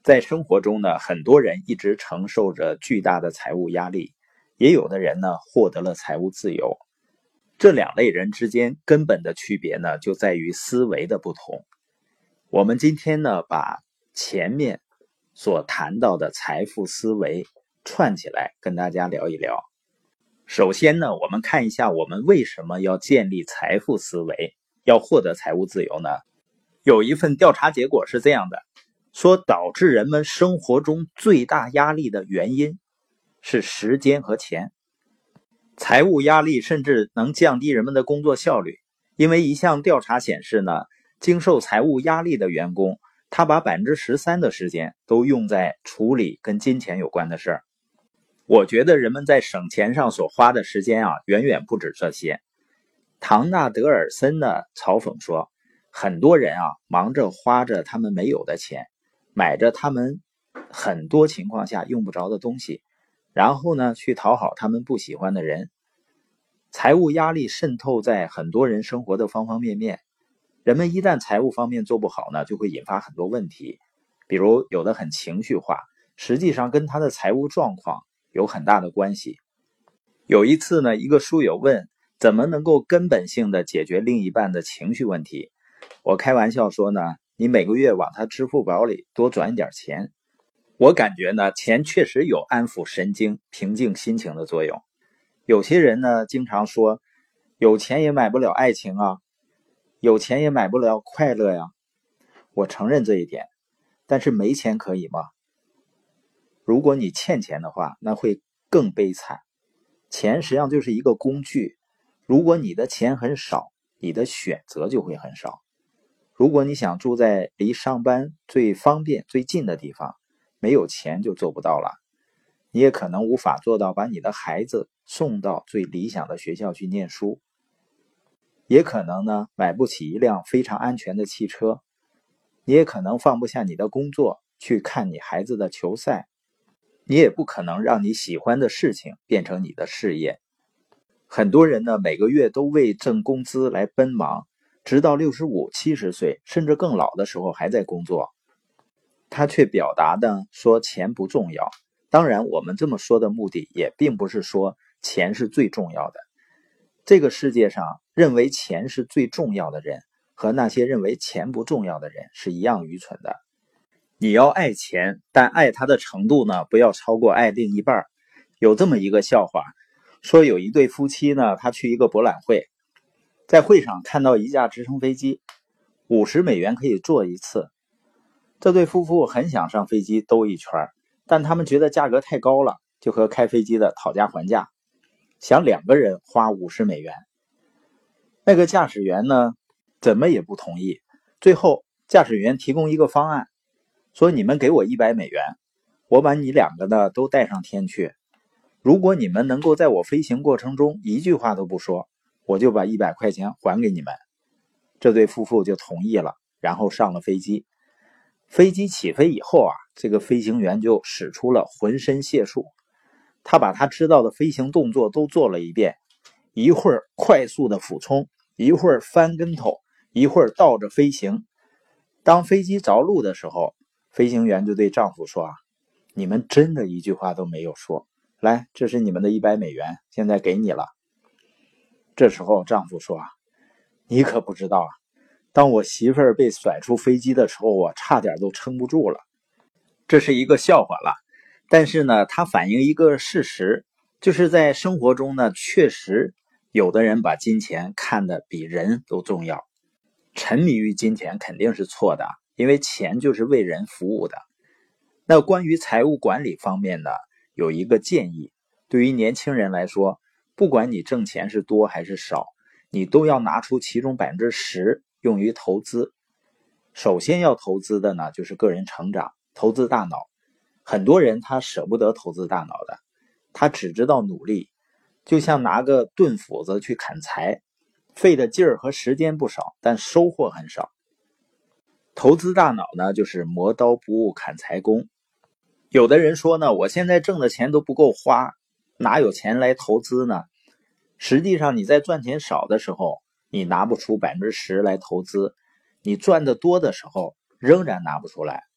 在生活中呢，很多人一直承受着巨大的财务压力，也有的人呢获得了财务自由。这两类人之间根本的区别呢，就在于思维的不同。我们今天呢，把前面所谈到的财富思维串起来跟大家聊一聊。首先呢，我们看一下我们为什么要建立财富思维，要获得财务自由呢？有一份调查结果是这样的，说导致人们生活中最大压力的原因是时间和钱。财务压力甚至能降低人们的工作效率，因为一项调查显示呢，经受财务压力的员工，他把 13% 的时间都用在处理跟金钱有关的事儿。我觉得人们在省钱上所花的时间远远不止这些。唐纳德尔森呢嘲讽说，很多人忙着花着他们没有的钱，买着他们很多情况下用不着的东西，然后呢去讨好他们不喜欢的人。财务压力渗透在很多人生活的方方面面，人们一旦财务方面做不好呢，就会引发很多问题，比如有的很情绪化，实际上跟他的财务状况有很大的关系。有一次呢，一个书友问，怎么能够根本性的解决另一半的情绪问题？我开玩笑说呢，你每个月往他支付宝里多转一点钱。我感觉呢，钱确实有安抚神经、平静心情的作用。有些人呢，经常说，有钱也买不了爱情啊，有钱也买不了快乐呀。我承认这一点，但是没钱可以吗？如果你欠钱的话，那会更悲惨。钱实际上就是一个工具，如果你的钱很少，你的选择就会很少。如果你想住在离上班最方便最近的地方，没有钱就做不到了。你也可能无法做到把你的孩子送到最理想的学校去念书，也可能呢买不起一辆非常安全的汽车，你也可能放不下你的工作去看你孩子的球赛，你也不可能让你喜欢的事情变成你的事业。很多人呢每个月都为挣工资来奔忙，直到65、70岁甚至更老的时候还在工作。他却表达呢说钱不重要。当然我们这么说的目的也并不是说钱是最重要的。这个世界上认为钱是最重要的人和那些认为钱不重要的人是一样愚蠢的。你要爱钱，但爱它的程度呢不要超过爱另一半。有这么一个笑话，说有一对夫妻呢，他去一个博览会，在会上看到一架直升飞机，50美元可以坐一次。这对夫妇很想上飞机兜一圈，但他们觉得价格太高了，就和开飞机的讨价还价，想2个人花50美元。那个驾驶员呢，怎么也不同意。最后驾驶员提供一个方案，说你们给我100美元，我把你2个呢都带上天去。如果你们能够在我飞行过程中一句话都不说，我就把100块钱还给你们。这对夫妇就同意了，然后上了飞机。飞机起飞以后这个飞行员就使出了浑身解数，他把他知道的飞行动作都做了一遍，一会儿快速的俯冲，一会儿翻跟头，一会儿倒着飞行。当飞机着陆的时候，飞行员就对丈夫说，你们真的一句话都没有说，来，这是你们的100美元，现在给你了。这时候丈夫说，你可不知道当我媳妇儿被甩出飞机的时候，我差点都撑不住了。这是一个笑话了，但是呢，它反映一个事实，就是在生活中呢，确实有的人把金钱看得比人都重要。沉迷于金钱肯定是错的，因为钱就是为人服务的。那关于财务管理方面呢，有一个建议，对于年轻人来说，不管你挣钱是多还是少，你都要拿出其中 10% 用于投资。首先要投资的呢，就是个人成长，投资大脑。很多人他舍不得投资大脑的，他只知道努力，就像拿个钝斧子去砍柴，费的劲儿和时间不少，但收获很少。投资大脑呢，就是磨刀不误砍柴工。有的人说呢，我现在挣的钱都不够花，哪有钱来投资呢？实际上你在赚钱少的时候，你拿不出 10% 来投资，你赚的多的时候仍然拿不出来。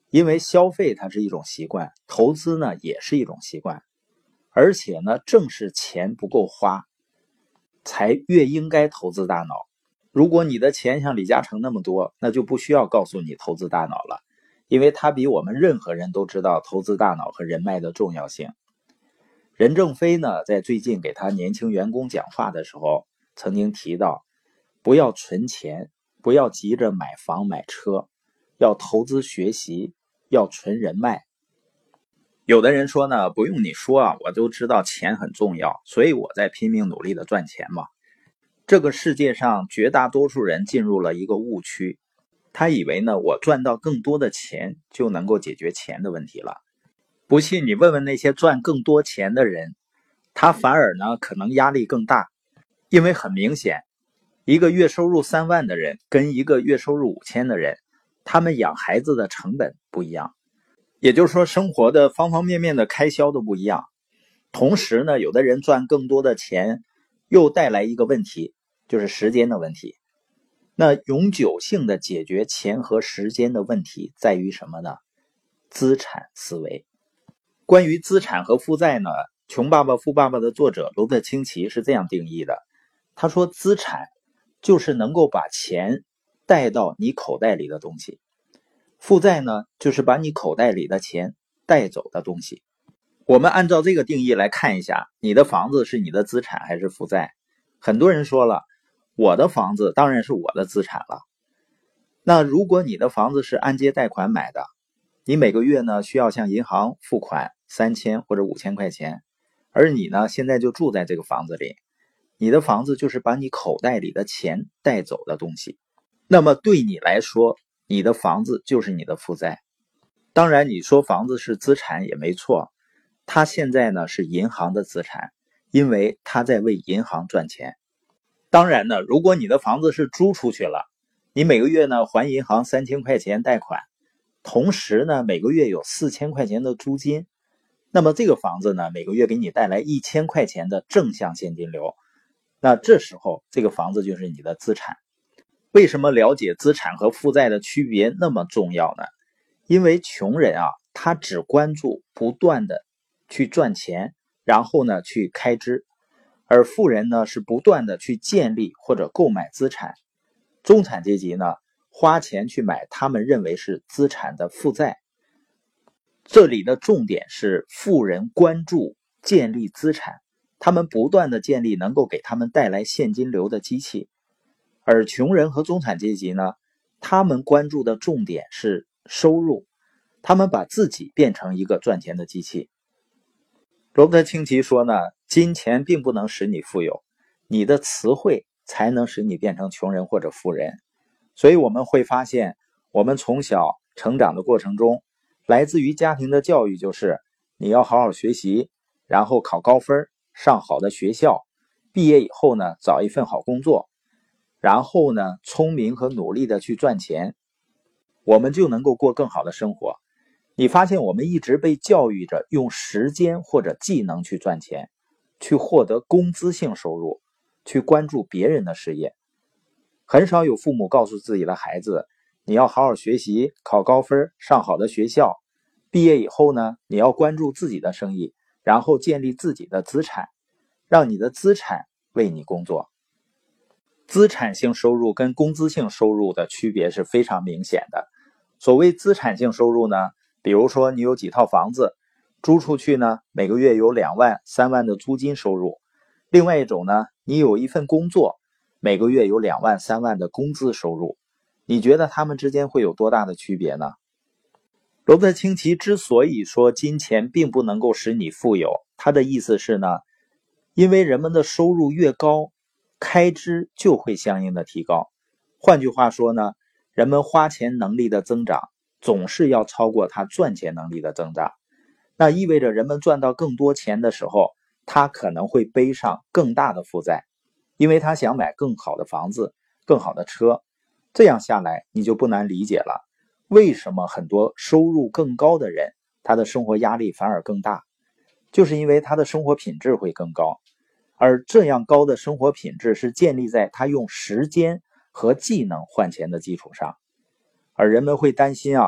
因为消费它是一种习惯，投资呢也是一种习惯，而且呢正是钱不够花，才越应该投资大脑。如果你的钱像李嘉诚那么多，那就不需要告诉你投资大脑了，因为他比我们任何人都知道投资大脑和人脉的重要性。任正非呢，在最近给他年轻员工讲话的时候，曾经提到，不要存钱，不要急着买房买车，要投资学习，要存人脉。有的人说呢，不用你说啊，我都知道钱很重要，所以我在拼命努力的赚钱嘛。这个世界上绝大多数人进入了一个误区，他以为呢，我赚到更多的钱就能够解决钱的问题了。不信你问问那些赚更多钱的人，他反而呢可能压力更大，因为很明显，一个月收入3万的人跟一个月收入5000的人，他们养孩子的成本不一样，也就是说生活的方方面面的开销都不一样。同时呢，有的人赚更多的钱又带来一个问题，就是时间的问题。那永久性的解决钱和时间的问题在于什么呢？资产思维。关于资产和负债呢，《穷爸爸富爸爸》的作者罗伯特清崎是这样定义的，他说资产就是能够把钱带到你口袋里的东西，负债呢就是把你口袋里的钱带走的东西。我们按照这个定义来看一下，你的房子是你的资产还是负债？很多人说了，我的房子当然是我的资产了。那如果你的房子是按揭贷款买的，你每个月呢需要向银行付款3000或者5000块钱，而你呢现在就住在这个房子里，你的房子就是把你口袋里的钱带走的东西。那么对你来说，你的房子就是你的负债。当然你说房子是资产也没错，它现在呢是银行的资产，因为它在为银行赚钱。当然呢，如果你的房子是租出去了，你每个月呢还银行3000块钱贷款，同时呢每个月有4000块钱的租金，那么这个房子呢每个月给你带来1000块钱的正向现金流，那这时候这个房子就是你的资产。为什么了解资产和负债的区别那么重要呢？因为穷人啊，他只关注不断的去赚钱，然后呢去开支，而富人呢是不断的去建立或者购买资产。中产阶级呢花钱去买他们认为是资产的负债。这里的重点是富人关注建立资产，他们不断的建立能够给他们带来现金流的机器。而穷人和中产阶级呢，他们关注的重点是收入，他们把自己变成一个赚钱的机器。罗伯特清崎说呢，金钱并不能使你富有，你的词汇才能使你变成穷人或者富人。所以我们会发现，我们从小成长的过程中，来自于家庭的教育就是你要好好学习，然后考高分，上好的学校，毕业以后呢找一份好工作，然后呢聪明和努力的去赚钱，我们就能够过更好的生活。你发现我们一直被教育着用时间或者技能去赚钱，去获得工资性收入，去关注别人的事业。很少有父母告诉自己的孩子，你要好好学习，考高分，上好的学校，毕业以后呢，你要关注自己的生意，然后建立自己的资产，让你的资产为你工作。资产性收入跟工资性收入的区别是非常明显的。所谓资产性收入呢，比如说你有几套房子，租出去呢，每个月有2万、3万的租金收入。另外一种呢，你有一份工作，每个月有2万、3万的工资收入。你觉得他们之间会有多大的区别呢？罗伯特清崎之所以说金钱并不能够使你富有，他的意思是呢，因为人们的收入越高，开支就会相应的提高。换句话说呢，人们花钱能力的增长总是要超过他赚钱能力的增长。那意味着人们赚到更多钱的时候，他可能会背上更大的负债，因为他想买更好的房子、更好的车。这样下来，你就不难理解了，为什么很多收入更高的人，他的生活压力反而更大，就是因为他的生活品质会更高。而这样高的生活品质是建立在他用时间和技能换钱的基础上。而人们会担心啊，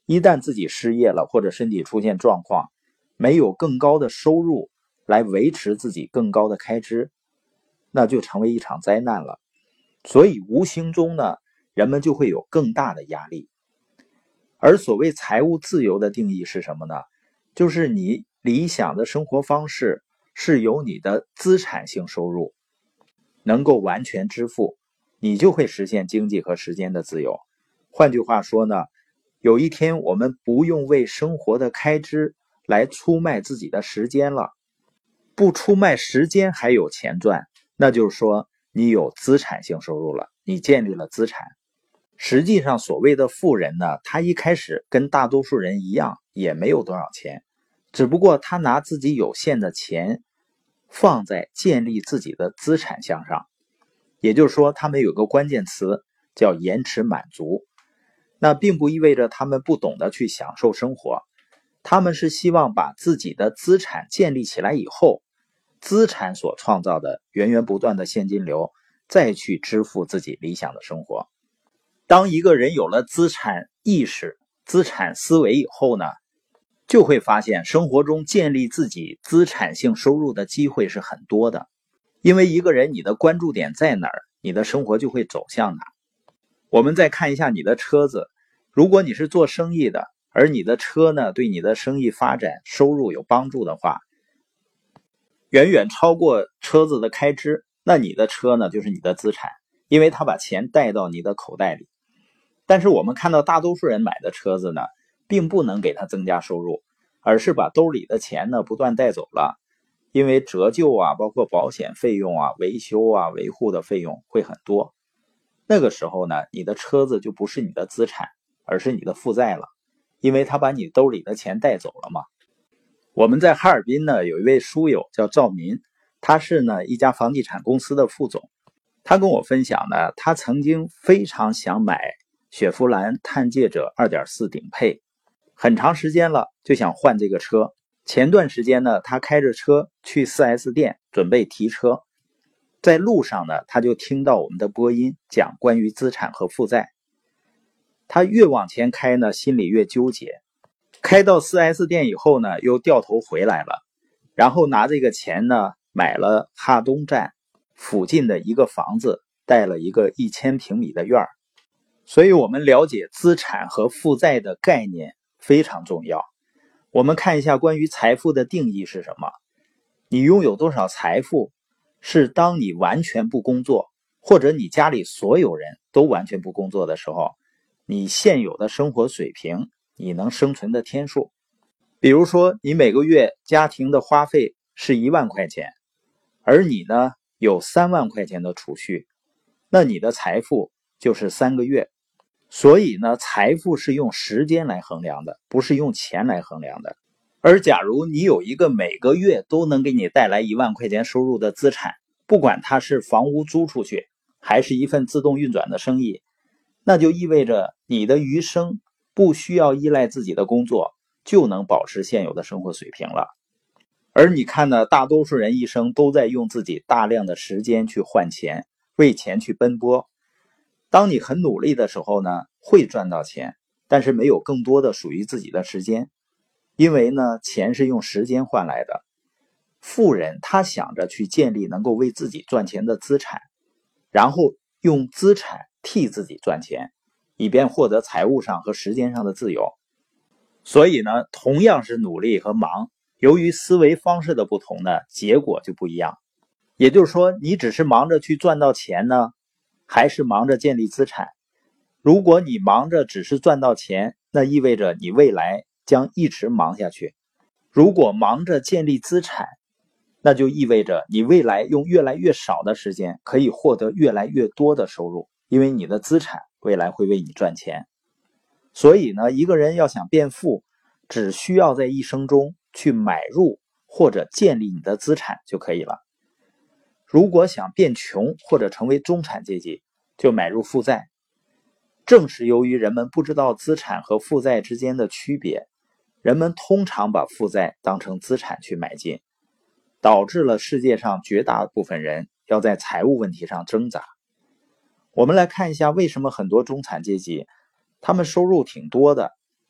一旦自己失业了或者身体出现状况，没有更高的收入来维持自己更高的开支，那就成为一场灾难了。所以无形中呢，人们就会有更大的压力。而所谓财务自由的定义是什么呢？就是你理想的生活方式是由你的资产性收入能够完全支付，你就会实现经济和时间的自由。换句话说呢，有一天我们不用为生活的开支来出卖自己的时间了，不出卖时间还有钱赚，那就是说你有资产性收入了，你建立了资产。实际上所谓的富人呢，他一开始跟大多数人一样，也没有多少钱，只不过他拿自己有限的钱放在建立自己的资产项上。也就是说他们有个关键词叫延迟满足。那并不意味着他们不懂得去享受生活，他们是希望把自己的资产建立起来以后，资产所创造的源源不断的现金流再去支付自己理想的生活。当一个人有了资产意识、资产思维以后呢，就会发现生活中建立自己资产性收入的机会是很多的。因为一个人你的关注点在哪儿，你的生活就会走向哪。我们再看一下你的车子，如果你是做生意的，而你的车呢对你的生意发展收入有帮助的话，远远超过车子的开支，那你的车呢就是你的资产，因为它把钱带到你的口袋里。但是我们看到大多数人买的车子呢，并不能给他增加收入，而是把兜里的钱呢不断带走了。因为折旧啊，包括保险费用啊、维修啊、维护的费用会很多。那个时候呢，你的车子就不是你的资产，而是你的负债了，因为他把你兜里的钱带走了嘛。我们在哈尔滨呢，有一位书友叫赵民，他是呢一家房地产公司的副总。他跟我分享呢，他曾经非常想买雪佛兰探界者 2.4 顶配，很长时间了就想换这个车。前段时间呢，他开着车去 4S 店准备提车，在路上呢，他就听到我们的播音讲关于资产和负债。他越往前开呢，心里越纠结。开到 4S 店以后呢，又掉头回来了，然后拿这个钱呢，买了哈东站附近的一个房子，带了一个1000平米的院儿。所以我们了解资产和负债的概念非常重要。我们看一下关于财富的定义是什么。你拥有多少财富，是当你完全不工作，或者你家里所有人都完全不工作的时候，你现有的生活水平，你能生存的天数。比如说你每个月家庭的花费是1万块钱，而你呢有3万块钱的储蓄，那你的财富就是3个月。所以呢，财富是用时间来衡量的，不是用钱来衡量的。而假如你有一个每个月都能给你带来1万块钱收入的资产，不管它是房屋租出去，还是一份自动运转的生意，那就意味着你的余生不需要依赖自己的工作，就能保持现有的生活水平了。而你看呢，大多数人一生都在用自己大量的时间去换钱，为钱去奔波。当你很努力的时候呢，会赚到钱，但是没有更多的属于自己的时间，因为呢，钱是用时间换来的。富人他想着去建立能够为自己赚钱的资产，然后用资产替自己赚钱，以便获得财务上和时间上的自由。所以呢，同样是努力和忙，由于思维方式的不同呢，结果就不一样。也就是说，你只是忙着去赚到钱呢，还是忙着建立资产？如果你忙着只是赚到钱，那意味着你未来将一直忙下去。如果忙着建立资产，那就意味着你未来用越来越少的时间可以获得越来越多的收入，因为你的资产未来会为你赚钱。所以呢，一个人要想变富，只需要在一生中去买入或者建立你的资产就可以了。如果想变穷或者成为中产阶级，就买入负债。正是由于人们不知道资产和负债之间的区别，人们通常把负债当成资产去买进，导致了世界上绝大部分人要在财务问题上挣扎。我们来看一下为什么很多中产阶级他们收入挺多的，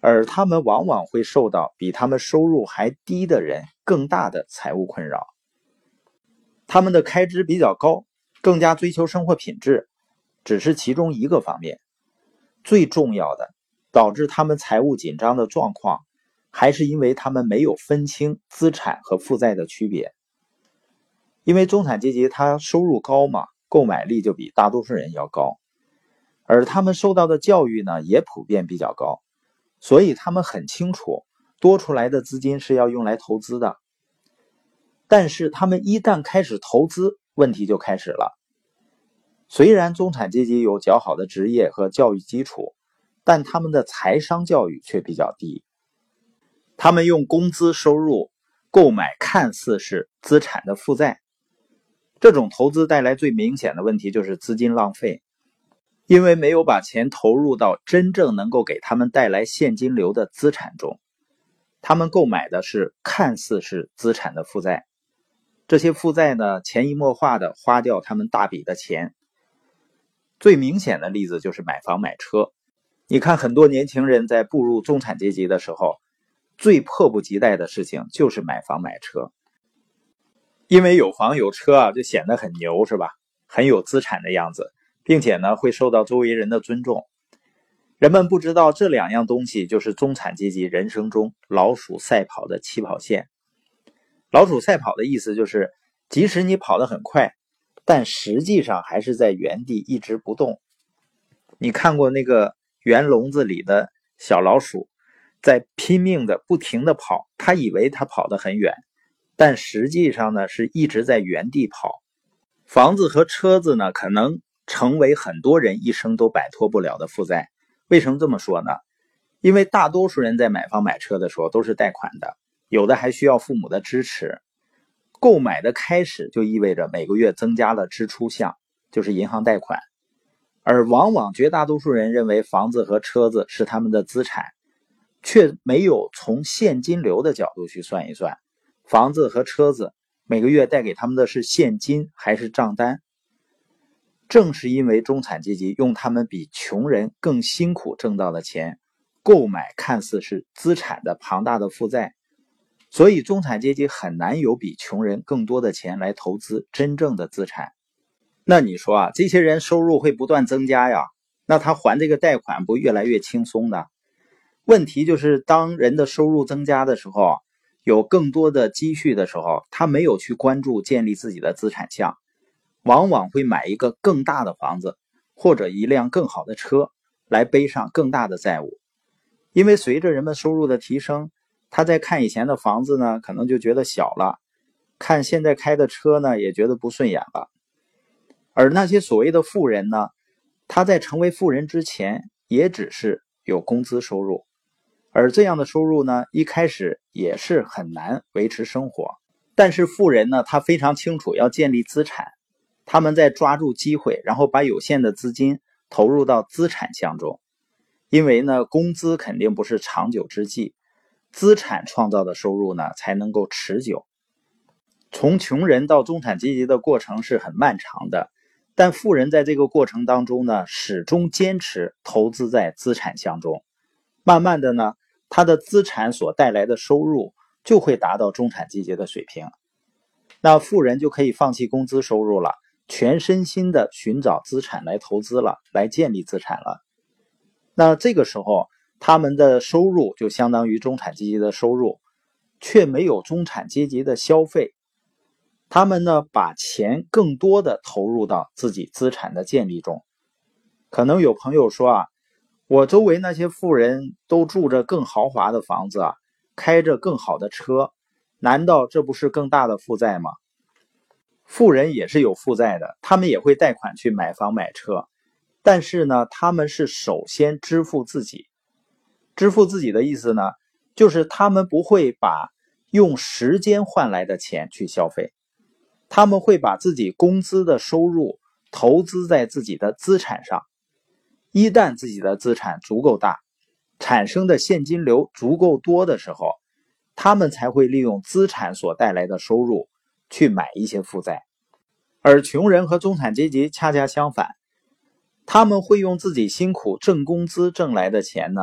而他们往往会受到比他们收入还低的人更大的财务困扰。他们的开支比较高，更加追求生活品质，只是其中一个方面。最重要的，导致他们财务紧张的状况，还是因为他们没有分清资产和负债的区别。因为中产阶级他收入高嘛，购买力就比大多数人要高，而他们受到的教育呢，也普遍比较高，所以他们很清楚多出来的资金是要用来投资的。但是他们一旦开始投资，问题就开始了。虽然中产阶级有较好的职业和教育基础，但他们的财商教育却比较低。他们用工资收入购买看似是资产的负债，这种投资带来最明显的问题就是资金浪费，因为没有把钱投入到真正能够给他们带来现金流的资产中，他们购买的是看似是资产的负债。这些负债呢，潜移默化的花掉他们大笔的钱。最明显的例子就是买房买车。你看很多年轻人在步入中产阶级的时候，最迫不及待的事情就是买房买车。因为有房有车啊，就显得很牛，是吧？很有资产的样子，并且呢，会受到周围人的尊重。人们不知道这两样东西就是中产阶级人生中老鼠赛跑的起跑线。老鼠赛跑的意思就是，即使你跑得很快，但实际上还是在原地一直不动。你看过那个圆笼子里的小老鼠在拼命的不停的跑，他以为他跑得很远，但实际上呢是一直在原地跑。房子和车子呢可能成为很多人一生都摆脱不了的负债。为什么这么说呢？因为大多数人在买房买车的时候都是贷款的，有的还需要父母的支持。购买的开始就意味着每个月增加了支出项，就是银行贷款。而往往绝大多数人认为房子和车子是他们的资产，却没有从现金流的角度去算一算，房子和车子每个月带给他们的是现金还是账单。正是因为中产阶级用他们比穷人更辛苦挣到的钱，购买看似是资产的庞大的负债，所以中产阶级很难有比穷人更多的钱来投资真正的资产。那你说啊，这些人收入会不断增加呀，那他还这个贷款不越来越轻松呢？问题就是当人的收入增加的时候，有更多的积蓄的时候，他没有去关注建立自己的资产项，往往会买一个更大的房子或者一辆更好的车来背上更大的债务。因为随着人们收入的提升，他在看以前的房子呢，可能就觉得小了，看现在开的车呢，也觉得不顺眼了。而那些所谓的富人呢，他在成为富人之前也只是有工资收入，而这样的收入呢，一开始也是很难维持生活。但是富人呢，他非常清楚要建立资产，他们在抓住机会，然后把有限的资金投入到资产项中。因为呢，工资肯定不是长久之计，资产创造的收入呢才能够持久。从穷人到中产阶级的过程是很漫长的，但富人在这个过程当中呢，始终坚持投资在资产项中。慢慢的呢，他的资产所带来的收入就会达到中产阶级的水平。那富人就可以放弃工资收入了，全身心的寻找资产来投资了，来建立资产了。那这个时候，他们的收入就相当于中产阶级的收入，却没有中产阶级的消费。他们呢，把钱更多的投入到自己资产的建立中。可能有朋友说啊，我周围那些富人都住着更豪华的房子啊，开着更好的车，难道这不是更大的负债吗？富人也是有负债的，他们也会贷款去买房买车，但是呢，他们是首先支付自己。支付自己的意思呢，就是他们不会把用时间换来的钱去消费，他们会把自己工资的收入投资在自己的资产上。一旦自己的资产足够大，产生的现金流足够多的时候，他们才会利用资产所带来的收入去买一些负债。而穷人和中产阶级恰恰相反，他们会用自己辛苦挣工资挣来的钱呢，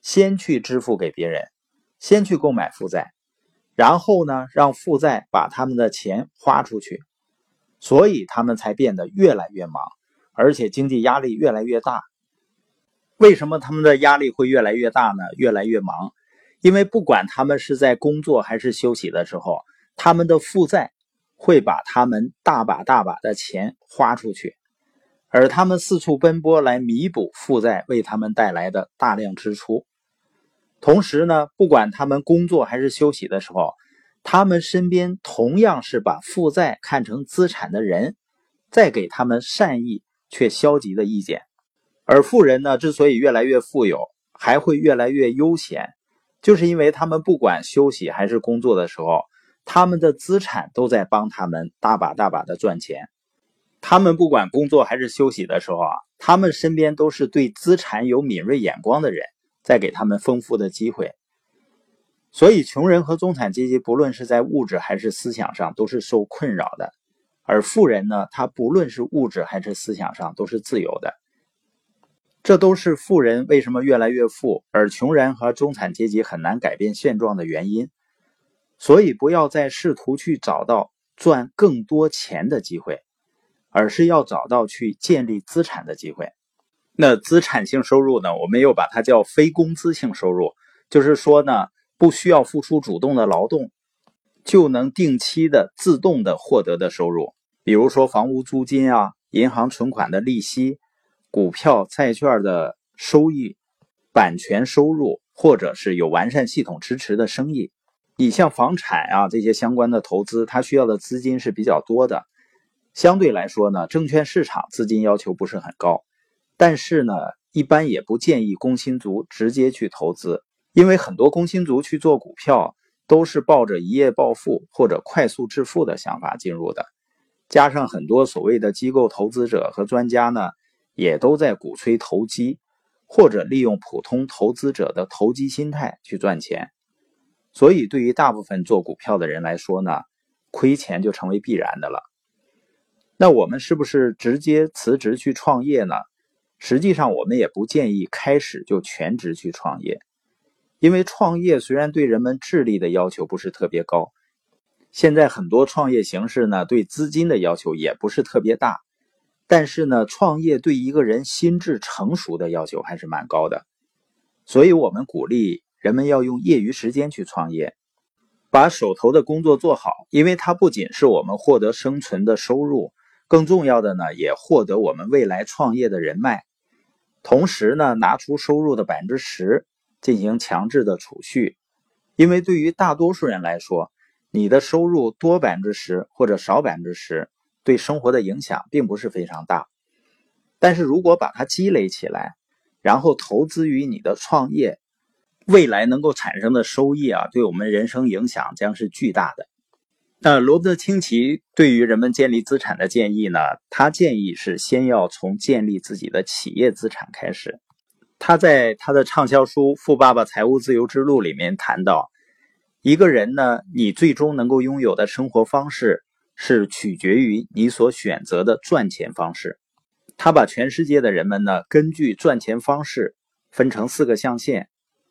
先去支付给别人，先去购买负债，然后呢，让负债把他们的钱花出去，所以他们才变得越来越忙，而且经济压力越来越大。为什么他们的压力会越来越大呢？越来越忙，因为不管他们是在工作还是休息的时候，他们的负债会把他们大把大把的钱花出去，而他们四处奔波来弥补负债为他们带来的大量支出。同时呢，不管他们工作还是休息的时候，他们身边同样是把负债看成资产的人，在给他们善意却消极的意见。而富人呢，之所以越来越富有，还会越来越悠闲，就是因为他们不管休息还是工作的时候，他们的资产都在帮他们大把大把的赚钱。他们不管工作还是休息的时候他们身边都是对资产有敏锐眼光的人，在给他们丰富的机会。所以穷人和中产阶级不论是在物质还是思想上都是受困扰的，而富人呢，他不论是物质还是思想上都是自由的。这都是富人为什么越来越富，而穷人和中产阶级很难改变现状的原因。所以不要再试图去找到赚更多钱的机会，而是要找到去建立资产的机会。那资产性收入呢，我们又把它叫非工资性收入，就是说呢，不需要付出主动的劳动，就能定期的自动的获得的收入。比如说房屋租金银行存款的利息，股票债券的收益，版权收入，或者是有完善系统支持的生意。你像房产这些相关的投资，它需要的资金是比较多的。相对来说呢，证券市场资金要求不是很高，但是呢，一般也不建议工薪族直接去投资，因为很多工薪族去做股票都是抱着一夜暴富或者快速致富的想法进入的。加上很多所谓的机构投资者和专家呢，也都在鼓吹投机，或者利用普通投资者的投机心态去赚钱。所以对于大部分做股票的人来说呢，亏钱就成为必然的了。那我们是不是直接辞职去创业呢？实际上我们也不建议开始就全职去创业，因为创业虽然对人们智力的要求不是特别高，现在很多创业形式呢，对资金的要求也不是特别大，但是呢，创业对一个人心智成熟的要求还是蛮高的。所以我们鼓励人们要用业余时间去创业，把手头的工作做好，因为它不仅是我们获得生存的收入，更重要的呢，也获得我们未来创业的人脉。同时呢，拿出收入的 10% 进行强制的储蓄，因为对于大多数人来说，你的收入多 10% 或者少 10%， 对生活的影响并不是非常大。但是如果把它积累起来，然后投资于你的创业，未来能够产生的收益对我们人生影响将是巨大的。那罗伯特清崎对于人们建立资产的建议呢，他建议是先要从建立自己的企业资产开始。他在他的畅销书《富爸爸财务自由之路》里面谈到，一个人呢，你最终能够拥有的生活方式是取决于你所选择的赚钱方式。他把全世界的人们呢，根据赚钱方式分成4个象限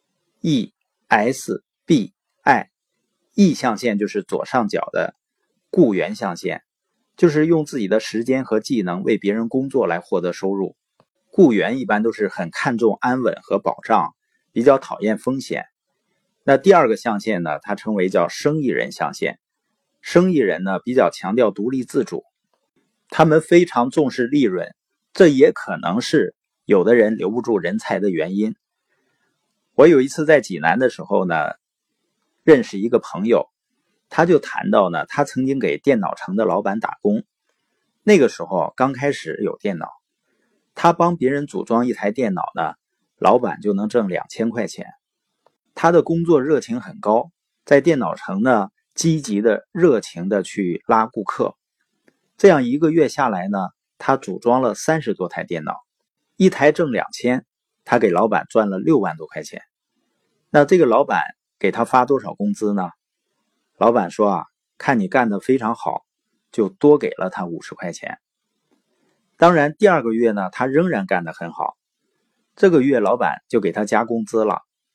E、S、B、I。E 象限就是左上角的雇员象限，就是用自己的时间和技能为别人工作来获得收入。雇员一般都是很看重安稳和保障，比较讨厌风险。那第2个象限呢，它称为叫生意人象限。生意人呢，比较强调独立自主，他们非常重视利润，这也可能是有的人留不住人才的原因。我有一次在济南的时候呢，认识一个朋友，他就谈到呢，他曾经给电脑城的老板打工。那个时候刚开始有电脑，他帮别人组装一台电脑呢，老板就能挣2000块钱。他的工作热情很高，在电脑城呢，积极的热情的去拉顾客。这样1个月下来呢，他组装了30多台电脑，一台挣2000，他给老板赚了6万多块钱。那这个老板给他发多少工资呢？老板说看你干得非常好，就多给了他50块钱。当然第2个月呢，他仍然干得很好，这个月老板就给他加工资了，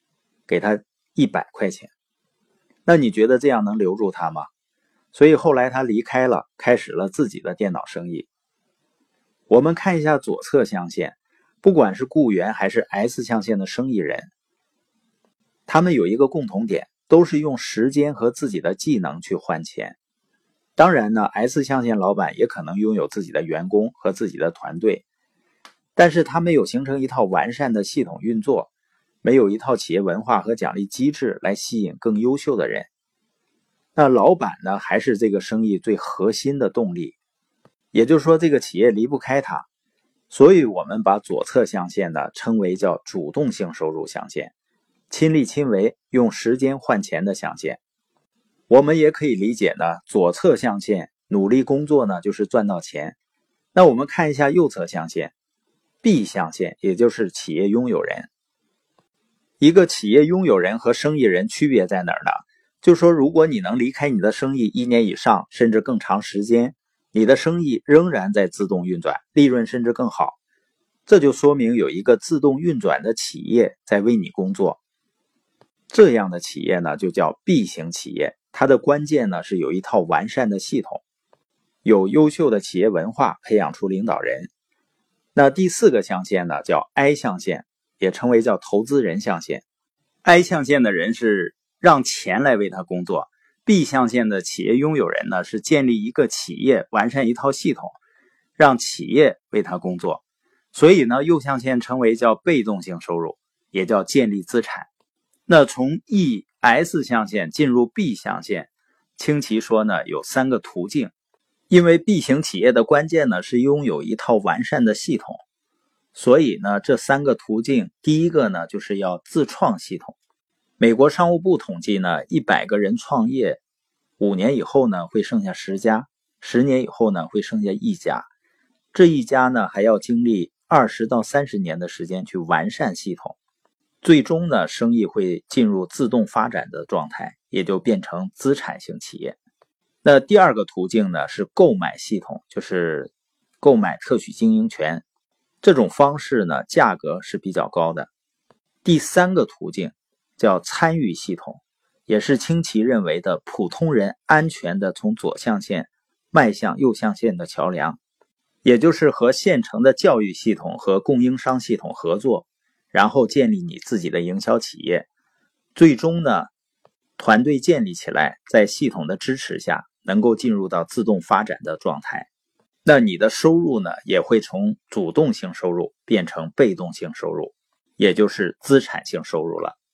给他100块钱。那你觉得这样能留住他吗？所以后来他离开了，开始了自己的电脑生意。我们看一下左侧象限，不管是雇员还是 S 象限的生意人，他们有一个共同点，都是用时间和自己的技能去换钱。当然呢 ，S 象限老板也可能拥有自己的员工和自己的团队，但是他没有形成一套完善的系统运作，没有一套企业文化和奖励机制来吸引更优秀的人。那老板呢，还是这个生意最核心的动力，也就是说这个企业离不开他。所以我们把左侧象限呢称为叫主动性收入象限，亲力亲为，用时间换钱的象限。我们也可以理解呢，左侧象限努力工作呢就是赚到钱。那我们看一下右侧象限 B 象限，也就是企业拥有人。一个企业拥有人和生意人区别在哪儿呢？就是说如果你能离开你的生意1年以上甚至更长时间，你的生意仍然在自动运转，利润甚至更好，这就说明有一个自动运转的企业在为你工作。这样的企业呢就叫 B 型企业，它的关键呢是有一套完善的系统，有优秀的企业文化，培养出领导人。那第4个象限呢叫 I 象限，也称为叫投资人象限。I 象限的人是让钱来为他工作， B 象限的企业拥有人呢是建立一个企业，完善一套系统，让企业为他工作。所以呢右象限称为叫被动性收入，也叫建立资产。那从 ES 象限进入 B 象限，清奇说呢有3个途径。因为 B 型企业的关键呢是拥有一套完善的系统，所以呢这3个途径，第一个呢就是要自创系统。美国商务部统计呢100个人创业，5年以后呢会剩下10家，10年以后呢会剩下1家，这一家呢还要经历20到30年的时间去完善系统，最终呢生意会进入自动发展的状态，也就变成资产型企业。那第2个途径呢是购买系统，就是购买特许经营权，这种方式呢价格是比较高的。第3个途径叫参与系统，也是清奇认为的普通人安全的从左象限迈向右象限的桥梁，也就是和现成的教育系统和供应商系统合作，然后建立你自己的营销企业，最终呢团队建立起来，在系统的支持下能够进入到自动发展的状态。那你的收入呢也会从主动性收入变成被动性收入，也就是资产性收入了。